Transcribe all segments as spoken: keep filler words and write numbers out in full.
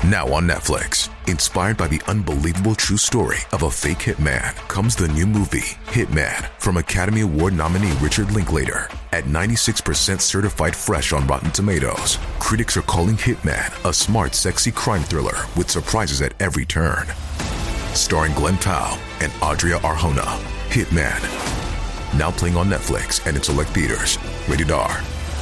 Now on Netflix, inspired by the unbelievable true story of a fake hitman, comes the new movie, Hitman, from Academy Award nominee Richard Linklater. At ninety-six percent certified fresh on Rotten Tomatoes, critics are calling Hitman a smart, sexy crime thriller with surprises at every turn. Starring Glenn Powell and Adria Arjona, Hitman. Now playing on Netflix and in select theaters. Rated R.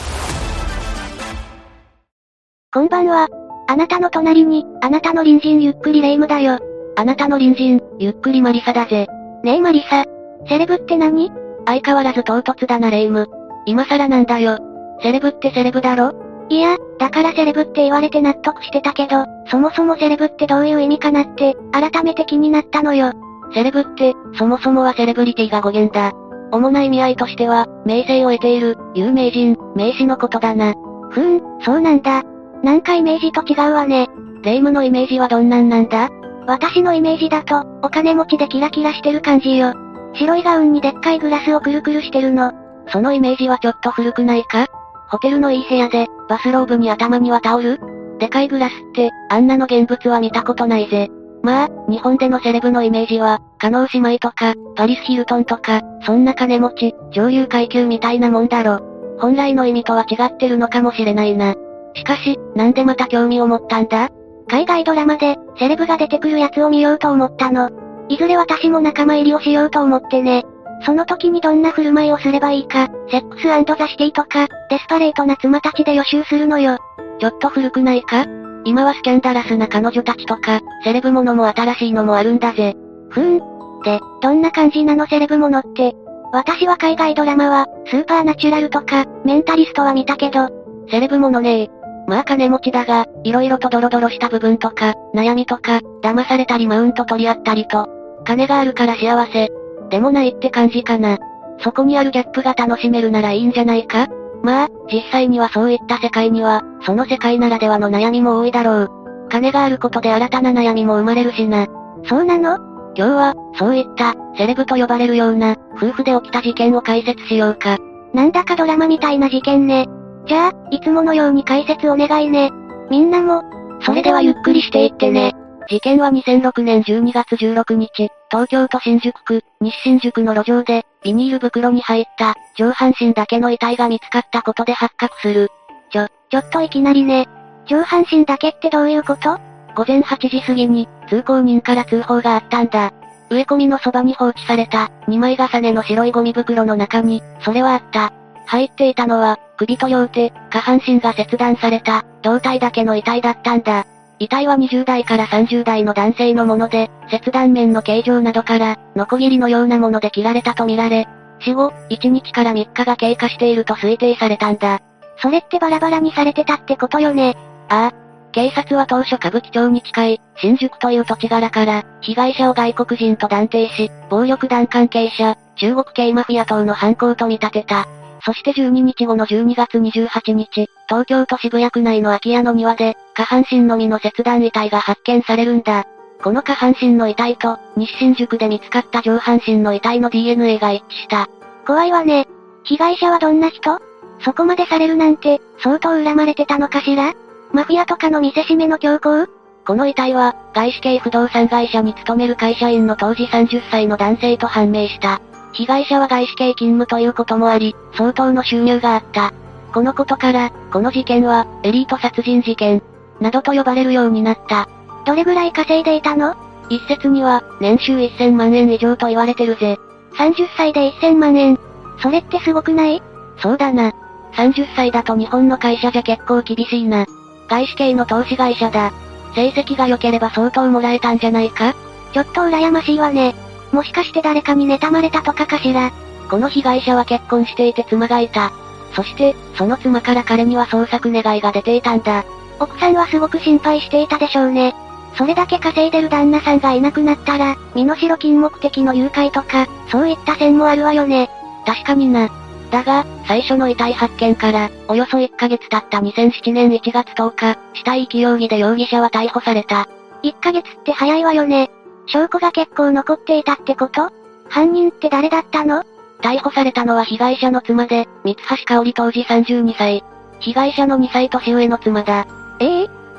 こんばんは。あなたの隣に、あなたの隣人ゆっくりレ夢ムだよ。 あなたの隣人、ゆっくりマリサだぜ。 ねえマリサ。セレブって何？ 相変わらず唐突だなレ夢ム。今更なんだよ。セレブってセレブだろ？ いや、だからセレブって言われて納得してたけど、そもそもセレブってどういう意味かなって、改めて気になったのよ。 セレブって、そもそもはセレブリティが語源だ。主な意味合いとしては、名声を得ている、有名人、名士のことだな。 ふーん、そうなんだ。なんかイメージと違うわね。 レ夢ムのイメージはどんなんなんだ？ 私のイメージだと、お金持ちでキラキラしてる感じよ。白いガウンにでっかいグラスをくるくるしてるの。 そのイメージはちょっと古くないか？ホテルのいい部屋で、バスローブに頭にはタオル？でかいグラスって、あんなの現物は見たことないぜ。まあ、日本でのセレブのイメージは、加納姉妹とか、パリス・ヒルトンとか、そんな金持ち、上流階級みたいなもんだろ。本来の意味とは違ってるのかもしれないな。しかし、なんでまた興味を持ったんだ？ 海外ドラマで、セレブが出てくるやつを見ようと思ったの。いずれ私も仲間入りをしようと思ってね。その時にどんな振る舞いをすればいいか、セックス&ザ・シティとか、デスパレートな妻たちで予習するのよ。 ちょっと古くないか？今はスキャンダラスな彼女たちとか、セレブものも新しいのもあるんだぜ。 ふーん。で、どんな感じなのセレブものって。私は海外ドラマは、スーパーナチュラルとか、メンタリストは見たけど、 セレブものねえ。まあ金持ちだが、色々とドロドロした部分とか、悩みとか、騙されたりマウント取り合ったりと、金があるから幸せ。でもないって感じかな。そこにあるギャップが楽しめるならいいんじゃないか？まあ、実際にはそういった世界には、その世界ならではの悩みも多いだろう。金があることで新たな悩みも生まれるしな。 そうなの？ 今日は、そういった、セレブと呼ばれるような、夫婦で起きた事件を解説しようか。 なんだかドラマみたいな事件ね。じゃあ、いつものように解説お願いね。みんなも、 それではゆっくりしていってね。事件はにせんろくねんじゅうにがつじゅうろくにち、東京都新宿区、西新宿の路上で、ビニール袋に入った、上半身だけの遺体が見つかったことで発覚する。 ちょ、ちょっといきなりね。上半身だけってどういうこと？ ごぜんはちじ過ぎに、通行人から通報があったんだ。植え込みのそばに放置された、にまい重ねの白いゴミ袋の中に、それはあった。入っていたのは、首と両手、下半身が切断された、胴体だけの遺体だったんだ。遺体はにじゅうだいからさんじゅうだいの男性のもので、切断面の形状などから、ノコギリのようなもので切られたとみられ、死後、いちにちからみっかが経過していると推定されたんだ。 それってバラバラにされてたってことよね。 ああ。警察は当初歌舞伎町に近い、新宿という土地柄から、被害者を外国人と断定し、暴力団関係者、中国系マフィア等の犯行と見立てた。そしてじゅうににちごのじゅうにがつにじゅうはちにち、東京都渋谷区内の空き家の庭で、下半身のみの切断遺体が発見されるんだ。この下半身の遺体と、西新宿で見つかった上半身の遺体の ディーエヌエー が一致した。 怖いわね。被害者はどんな人？そこまでされるなんて、相当恨まれてたのかしら？マフィアとかの見せしめの強行？ この遺体は、外資系不動産会社に勤める会社員の当時さんじゅっさいの男性と判明した。被害者は外資系勤務ということもあり、相当の収入があった。このことから、この事件は、エリート殺人事件、などと呼ばれるようになった。 どれぐらい稼いでいたの？ 一説には、年収せんまんえん以上と言われてるぜ。 さんじゅっさいでせんまんえん。それってすごくない？ そうだな。さんじゅっさいだと日本の会社じゃ結構厳しいな。外資系の投資会社だ。成績が良ければ相当もらえたんじゃないか？ ちょっと羨ましいわね。もしかして誰かに妬まれたとかかしら？ この被害者は結婚していて妻がいた。そして、その妻から彼には捜索願いが出ていたんだ。 奥さんはすごく心配していたでしょうね。それだけ稼いでる旦那さんがいなくなったら、身代金目的の誘拐とか、そういった線もあるわよね。 確かにな。だが、最初の遺体発見から、およそいっかげつ経ったにせんななねんいちがつとおか、死体遺棄容疑で容疑者は逮捕された。 いっかげつって早いわよね。証拠が結構残っていたってこと？犯人って誰だったの？ 逮捕されたのは被害者の妻で、三橋香織当時さんじゅうにさい。被害者のにさい年上の妻だ。 ええー、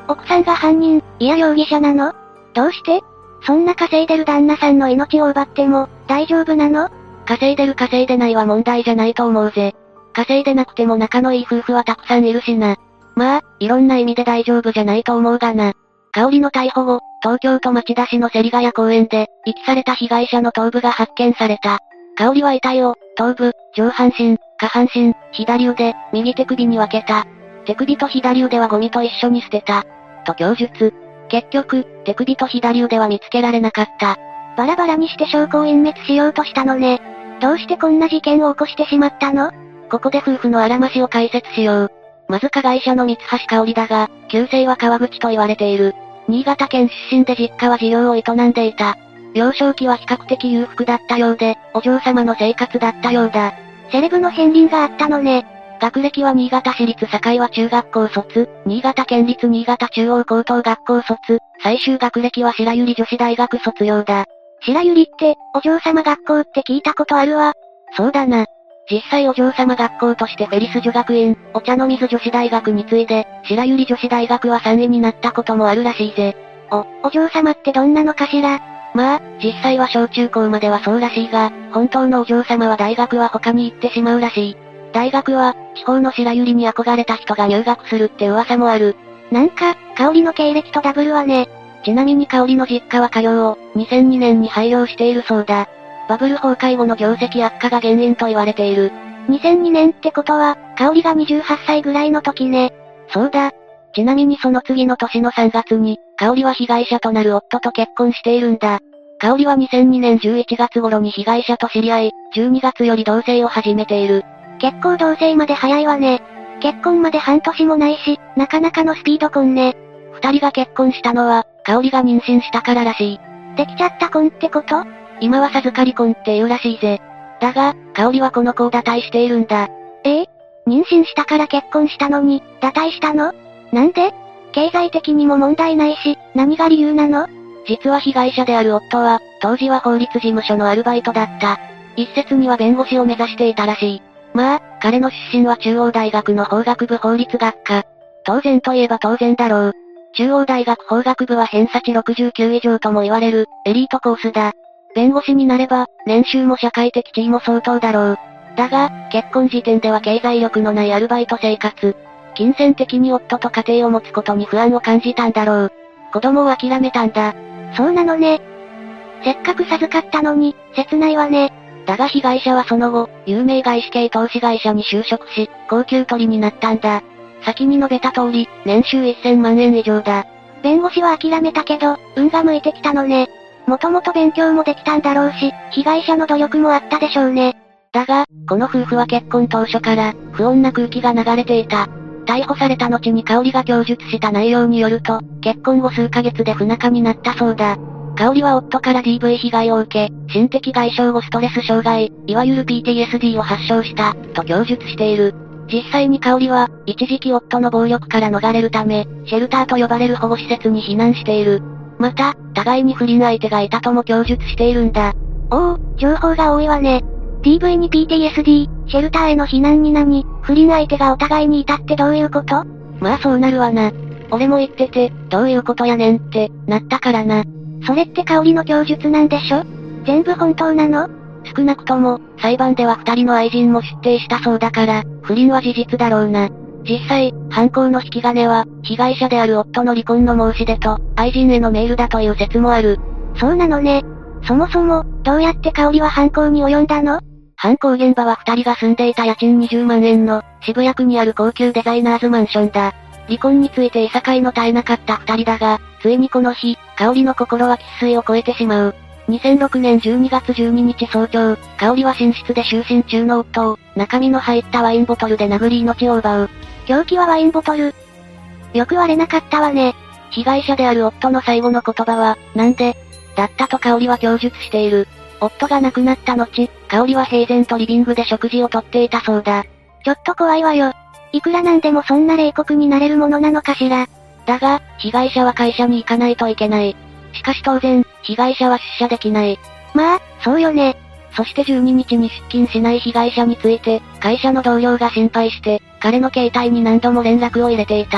奥さんが犯人、いや容疑者なの？どうして？そんな稼いでる旦那さんの命を奪っても、大丈夫なの？ 稼いでる稼いでないは問題じゃないと思うぜ。稼いでなくても仲のいい夫婦はたくさんいるしな。まあ、いろんな意味で大丈夫じゃないと思うがな。香織の逮捕後、東京都町田市の芹ヶ谷公園で、遺棄された被害者の頭部が発見された。香織は遺体を、頭部、上半身、下半身、左腕、右手首に分けた。手首と左腕はゴミと一緒に捨てた。と供述。結局、手首と左腕は見つけられなかった。 バラバラにして証拠を隠滅しようとしたのね。どうしてこんな事件を起こしてしまったの？ ここで夫婦のあらましを解説しよう。まず加害者の三橋香織だが、旧姓は川口と言われている。新潟県出身で実家は事業を営んでいた。幼少期は比較的裕福だったようで、お嬢様の生活だったようだ。 セレブの片鱗があったのね。 学歴は新潟市立境和中学校卒、新潟県立新潟中央高等学校卒、最終学歴は白百合女子大学卒業だ。 白百合って、お嬢様学校って聞いたことあるわ。 そうだな。実際お嬢様学校としてフェリス女学院、お茶の水女子大学に次いで、白百合女子大学はさんいになったこともあるらしいぜ。 お、お嬢様ってどんなのかしら？ まあ、実際は小中高まではそうらしいが、本当のお嬢様は大学は他に行ってしまうらしい。大学は、地方の白百合に憧れた人が入学するって噂もある。 なんか、香織の経歴とダブルはね。 ちなみに香織の実家は家業を、にせんにねんに廃業しているそうだ。バブル崩壊後の業績悪化が原因と言われている。 にせんにねんってことは、香織がにじゅうはっさいぐらいの時ね。 そうだ。ちなみにその次の年のさんがつに、香織は被害者となる夫と結婚しているんだ。香織はにせんにねんじゅういちがつ頃に被害者と知り合い、じゅうにがつより同棲を始めている。 結構同棲まで早いわね。結婚まで半年もないし、なかなかのスピード婚ね。 二人が結婚したのは、香織が妊娠したかららしい。 できちゃった婚ってこと？ 今は授かり婚って言うらしいぜ。だが、香織はこの子を堕胎しているんだ。 ええ？妊娠したから結婚したのに、堕胎したの？なんで？経済的にも問題ないし、何が理由なの？ 実は被害者である夫は、当時は法律事務所のアルバイトだった。一説には弁護士を目指していたらしい。まあ、彼の出身は中央大学の法学部法律学科。当然といえば当然だろう。中央大学法学部は偏差値ろくじゅうきゅう以上とも言われる、エリートコースだ。弁護士になれば、年収も社会的地位も相当だろう。だが、結婚時点では経済力のないアルバイト生活。金銭的に夫と家庭を持つことに不安を感じたんだろう。子供を諦めたんだ。 そうなのね。せっかく授かったのに、切ないわね。 だが被害者はその後、有名外資系投資会社に就職し、高級取りになったんだ。先に述べた通り、年収せんまんえん以上だ。 弁護士は諦めたけど、運が向いてきたのね。もともと勉強もできたんだろうし、被害者の努力もあったでしょうね。 だが、この夫婦は結婚当初から、不穏な空気が流れていた。逮捕された後に香織が供述した内容によると、結婚後数ヶ月で不仲になったそうだ。香織は夫から ディーブイ 被害を受け、心的外傷後ストレス障害、いわゆる ピーティーエスディー を発症した、と供述している。実際に香織は、一時期夫の暴力から逃れるため、シェルターと呼ばれる保護施設に避難している。また、互いに不倫相手がいたとも供述しているんだ。 おお、情報が多いわね。ディーブイ に ピーティーエスディー、シェルターへの避難に何、不倫相手がお互いにいたってどういうこと？ まあそうなるわな。俺も言ってて、どういうことやねんって、なったからな。 それって香織の供述なんでしょ？全部本当なの？ 少なくとも、裁判では二人の愛人も出廷したそうだから、不倫は事実だろうな。実際、犯行の引き金は、被害者である夫の離婚の申し出と、愛人へのメールだという説もある。 そうなのね。そもそも、どうやって香織は犯行に及んだの？ 犯行現場は二人が住んでいた家賃にじゅうまんえんの、渋谷区にある高級デザイナーズマンションだ。離婚についていさかいの絶えなかった二人だが、ついにこの日、香織の心は喫水を超えてしまう。にせんろくねんじゅうにがつじゅうににち早朝、香織は寝室で就寝中の夫を、中身の入ったワインボトルで殴り命を奪う。 凶器はワインボトル。よく割れなかったわね。 被害者である夫の最後の言葉は、なんでだったと香織は供述している。夫が亡くなった後、香織は平然とリビングで食事をとっていたそうだ。 ちょっと怖いわよ。いくらなんでもそんな冷酷になれるものなのかしら。 だが、被害者は会社に行かないといけない。しかし当然、被害者は出社できない。 まあ、そうよね。 そしてじゅうににちに出勤しない被害者について、会社の同僚が心配して、彼の携帯に何度も連絡を入れていた。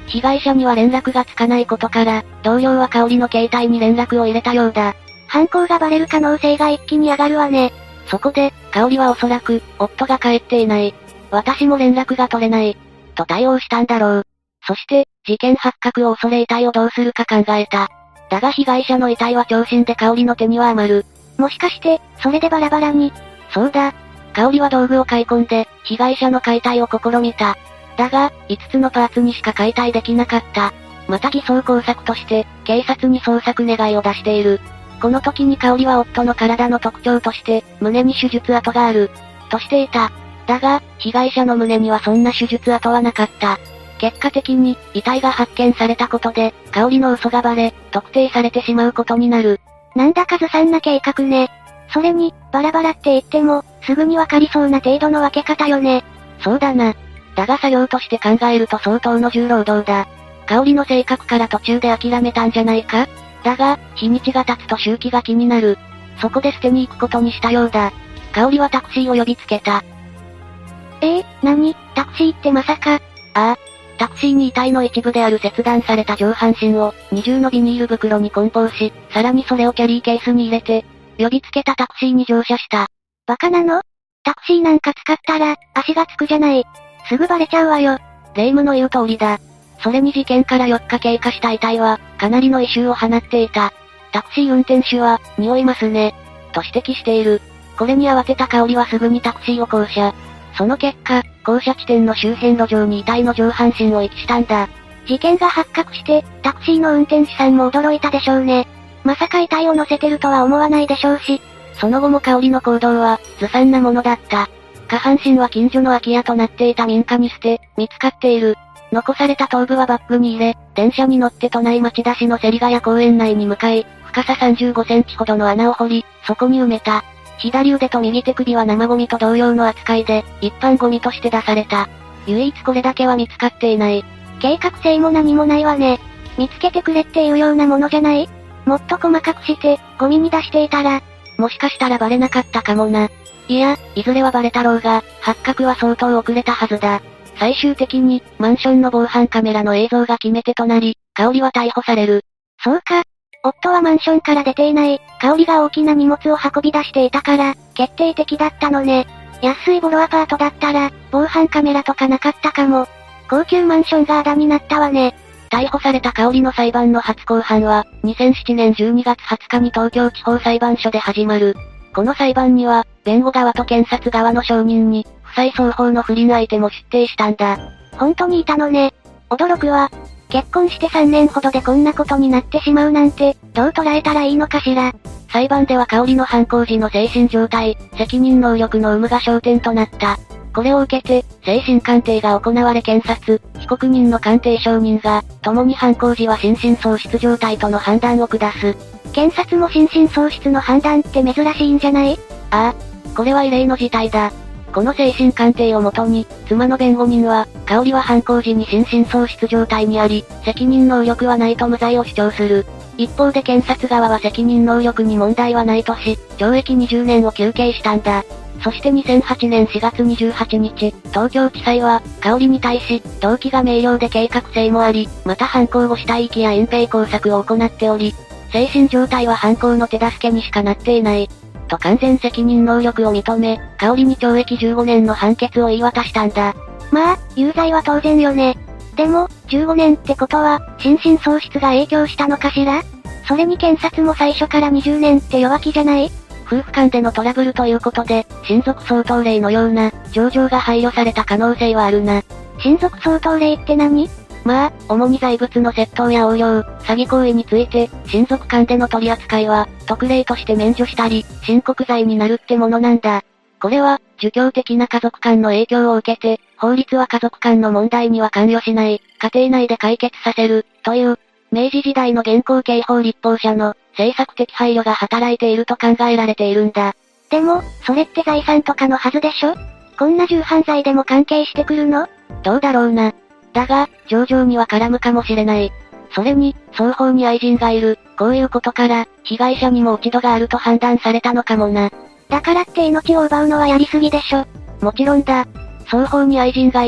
被害者には連絡がつかないことから、同僚は香織の携帯に連絡を入れたようだ。 犯行がバレる可能性が一気に上がるわね。 そこで、香織はおそらく、夫が帰っていない。私も連絡が取れない。と対応したんだろう。そして、事件発覚を恐れ遺体をどうするか考えた。だが被害者の遺体は長身で香織の手には余る。 もしかして、それでバラバラに。 そうだ。香織は道具を買い込んで、被害者の解体を試みた。だが、いつつのパーツにしか解体できなかった。また偽装工作として、警察に捜索願いを出している。この時に香織は夫の体の特徴として、胸に手術跡がある。としていた。だが、被害者の胸にはそんな手術跡はなかった。結果的に、遺体が発見されたことで、香織の嘘がバレ、特定されてしまうことになる。 なんだかずさんな計画ね。それに、バラバラって言っても、すぐにわかりそうな程度の分け方よね。 そうだな。だが作業として考えると相当の重労働だ。香織の性格から途中で諦めたんじゃないか？だが、日にちが経つと周期が気になる。そこで捨てに行くことにしたようだ。香織はタクシーを呼びつけた。 えー、何？タクシーってまさか。 ああ。タクシーに遺体の一部である切断された上半身を、二重のビニール袋に梱包し、さらにそれをキャリーケースに入れて、呼びつけたタクシーに乗車した。 バカなの？タクシーなんか使ったら、足がつくじゃない。すぐバレちゃうわよ。 霊夢の言う通りだ。それに事件からよっか経過した遺体は、かなりの異臭を放っていた。タクシー運転手は、匂いますね。と指摘している。これに慌てた香織はすぐにタクシーを降車。その結果、降車地点の周辺路上に遺体の上半身を遺棄したんだ。 事件が発覚して、タクシーの運転手さんも驚いたでしょうね。まさか遺体を乗せてるとは思わないでしょうし。 その後も香織の行動は、ずさんなものだった。下半身は近所の空き家となっていた民家に捨て、見つかっている。残された頭部はバッグに入れ、電車に乗って都内町田市の芹ヶ谷公園内に向かい、深ささんじゅうごセンチほどの穴を掘り、そこに埋めた。左腕と右手首は生ゴミと同様の扱いで、一般ゴミとして出された。唯一これだけは見つかっていない。 計画性も何もないわね。見つけてくれっていうようなものじゃない？もっと細かくして、ゴミに出していたら、 もしかしたらバレなかったかもな。いや、いずれはバレたろうが、発覚は相当遅れたはずだ。最終的に、マンションの防犯カメラの映像が決め手となり、香織は逮捕される。 そうか。夫はマンションから出ていない、香織が大きな荷物を運び出していたから、決定的だったのね。安いボロアパートだったら、防犯カメラとかなかったかも。高級マンションがあだになったわね。 逮捕された香織の裁判の初公判は、にせんななねんじゅうにがつはつかに東京地方裁判所で始まる。この裁判には、弁護側と検察側の証人に、夫妻双方の不倫相手も出廷したんだ。 本当にいたのね。驚くわ。結婚してさんねんほどでこんなことになってしまうなんて、どう捉えたらいいのかしら。 裁判では香織の犯行時の精神状態、責任能力の有無が焦点となった。これを受けて、精神鑑定が行われ検察、被告人の鑑定証人が、共に犯行時は心神喪失状態との判断を下す。 検察も心神喪失の判断って珍しいんじゃない？ ああ、これは異例の事態だ。この精神鑑定をもとに、妻の弁護人は、香織は犯行時に心神喪失状態にあり、責任能力はないと無罪を主張する。一方で検察側は責任能力に問題はないとし、懲役にじゅうねんを求刑したんだ。そしてにせんはちねんしがつにじゅうはちにち、東京地裁は、香織に対し、動機が明瞭で計画性もあり、また犯行後死体遺棄や隠蔽工作を行っており、精神状態は犯行の手助けにしかなっていない。と完全責任能力を認め、香織に懲役じゅうごねんの判決を言い渡したんだ。 まあ、有罪は当然よね。でも、じゅうごねんってことは、心神喪失が影響したのかしら？それに検察も最初からにじゅうねんって弱気じゃない？ 夫婦間でのトラブルということで、親族相当令のような、情状が配慮された可能性はあるな。 親族相当令って何？ まあ、主に財物の窃盗や横領、詐欺行為について、親族間での取り扱いは、特例として免除したり、申告罪になるってものなんだ。これは、儒教的な家族間の影響を受けて、法律は家族間の問題には関与しない、家庭内で解決させる、という、明治時代の現行刑法立法者の、政策的配慮が働いていると考えられているんだ。 でも、それって財産とかのはずでしょ？こんな重犯罪でも関係してくるの？ どうだろうな。だが、情状には絡むかもしれない。それに、双方に愛人がいる、こういうことから、被害者にも落ち度があると判断されたのかもな。 だからって命を奪うのはやりすぎでしょ。 もちろんだ。双方に愛人がいた、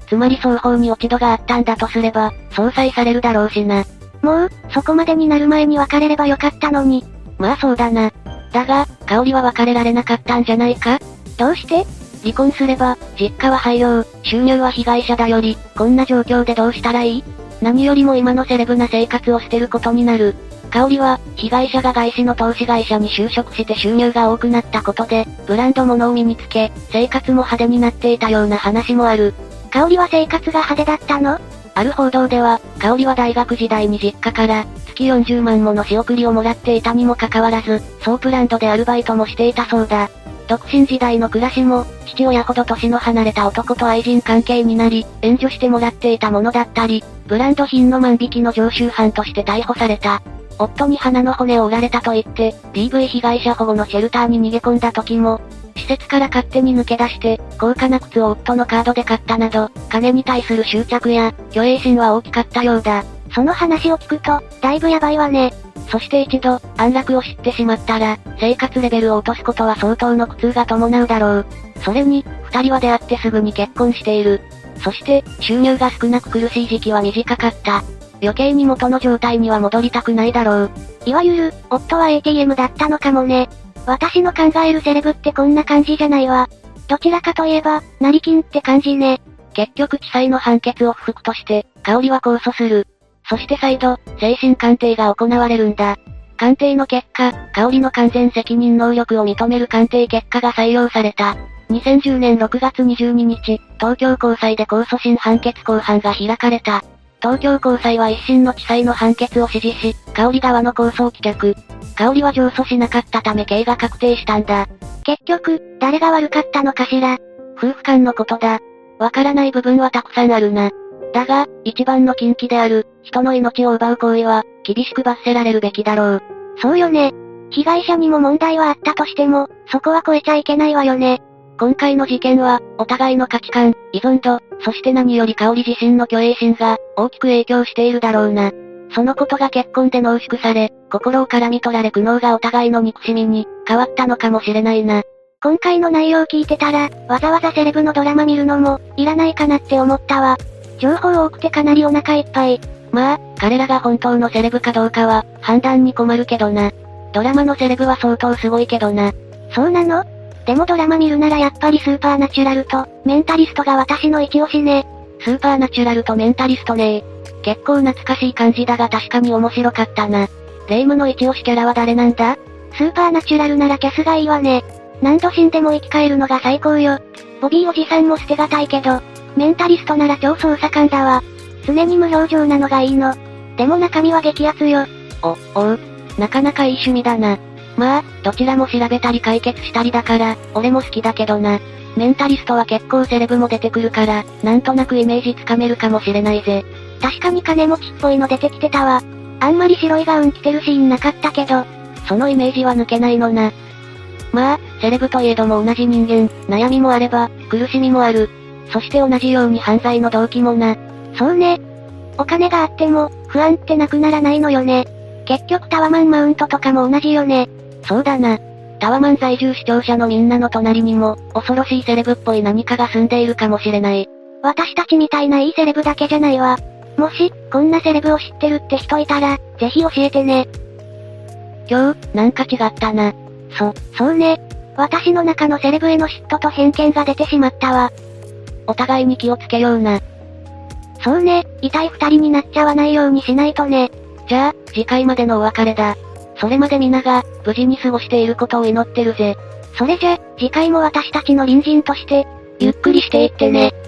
つまり双方に落ち度があったんだとすれば、相殺されるだろうしな。 もう、そこまでになる前に別れればよかったのに。 まあそうだな。だが、香織は別れられなかったんじゃないか？ どうして？ 離婚すれば、実家は廃業、収入は被害者だより、こんな状況でどうしたらいい？何よりも今のセレブな生活を捨てることになる。香織は、被害者が外資の投資会社に就職して収入が多くなったことで、ブランド物を身につけ、生活も派手になっていたような話もある。 香織は生活が派手だったの？ ある報道では、香織は大学時代に実家から、月よんじゅうまんもの仕送りをもらっていたにもかかわらず、ソープランドでアルバイトもしていたそうだ。独身時代の暮らしも、父親ほど年の離れた男と愛人関係になり、援助してもらっていたものだったり、ブランド品の万引きの常習犯として逮捕された。夫に鼻の骨を折られたと言って、ディーブイ 被害者保護のシェルターに逃げ込んだ時も、施設から勝手に抜け出して、高価な靴を夫のカードで買ったなど、金に対する執着や、虚栄心は大きかったようだ。 その話を聞くと、だいぶやばいわね。 そして一度、安楽を知ってしまったら、生活レベルを落とすことは相当の苦痛が伴うだろう。それに、二人は出会ってすぐに結婚している。そして、収入が少なく苦しい時期は短かった。余計に元の状態には戻りたくないだろう。 いわゆる、夫は エーティーエム だったのかもね。私の考えるセレブってこんな感じじゃないわ。どちらかといえば、成金って感じね。 結局地裁の判決を不服として、香織は控訴する。そして再度、精神鑑定が行われるんだ。鑑定の結果、香織の完全責任能力を認める鑑定結果が採用された。にせんじゅうねんろくがつにじゅうににち、東京高裁で控訴審判決公判が開かれた。東京高裁は一審の地裁の判決を支持し、香織側の控訴を棄却。香織は上訴しなかったため刑が確定したんだ。 結局、誰が悪かったのかしら。 夫婦間のことだ。わからない部分はたくさんあるな。だが、一番の禁忌である、人の命を奪う行為は、厳しく罰せられるべきだろう。 そうよね。被害者にも問題はあったとしても、そこは超えちゃいけないわよね。 今回の事件は、お互いの価値観、依存度、そして何より香織自身の虚栄心が、大きく影響しているだろうな。そのことが結婚で濃縮され、心を絡み取られ苦悩がお互いの憎しみに、変わったのかもしれないな。 今回の内容聞いてたら、わざわざセレブのドラマ見るのも、いらないかなって思ったわ。情報多くてかなりお腹いっぱい。 まあ、彼らが本当のセレブかどうかは、判断に困るけどな。ドラマのセレブは相当すごいけどな。 そうなの？でもドラマ見るならやっぱりスーパーナチュラルと、メンタリストが私の一押しね。 スーパーナチュラルとメンタリストね。結構懐かしい感じだが確かに面白かったな。レイムの一押しキャラは誰なんだ？ スーパーナチュラルならキャスがいいわね。何度死んでも生き返るのが最高よ。ボビーおじさんも捨てがたいけど、メンタリストなら超捜査官だわ。常に無表情なのがいいの。でも中身は激アツよ。 お、おう。なかなかいい趣味だな。まあ、どちらも調べたり解決したりだから、俺も好きだけどな。メンタリストは結構セレブも出てくるから、なんとなくイメージつかめるかもしれないぜ。 確かに金持ちっぽいの出てきてたわ。あんまり白いガウン着てるシーンなかったけど、 そのイメージは抜けないのな。まあ、セレブといえども同じ人間、悩みもあれば、苦しみもある。そして同じように犯罪の動機もな。 そうね。お金があっても、不安ってなくならないのよね。結局タワマンマウントとかも同じよね。 そうだな。タワマン在住視聴者のみんなの隣にも、恐ろしいセレブっぽい何かが住んでいるかもしれない。 私たちみたいないいセレブだけじゃないわ。もし、こんなセレブを知ってるって人いたら、ぜひ教えてね。 今日、なんか違ったな。 そ、そうね。私の中のセレブへの嫉妬と偏見が出てしまったわ。 お互いに気をつけような。 そうね、痛い二人になっちゃわないようにしないとね。 じゃあ、次回までのお別れだ。それまで皆が、無事に過ごしていることを祈ってるぜ。 それじゃ、次回も私たちの隣人として、ゆっくりしていってね。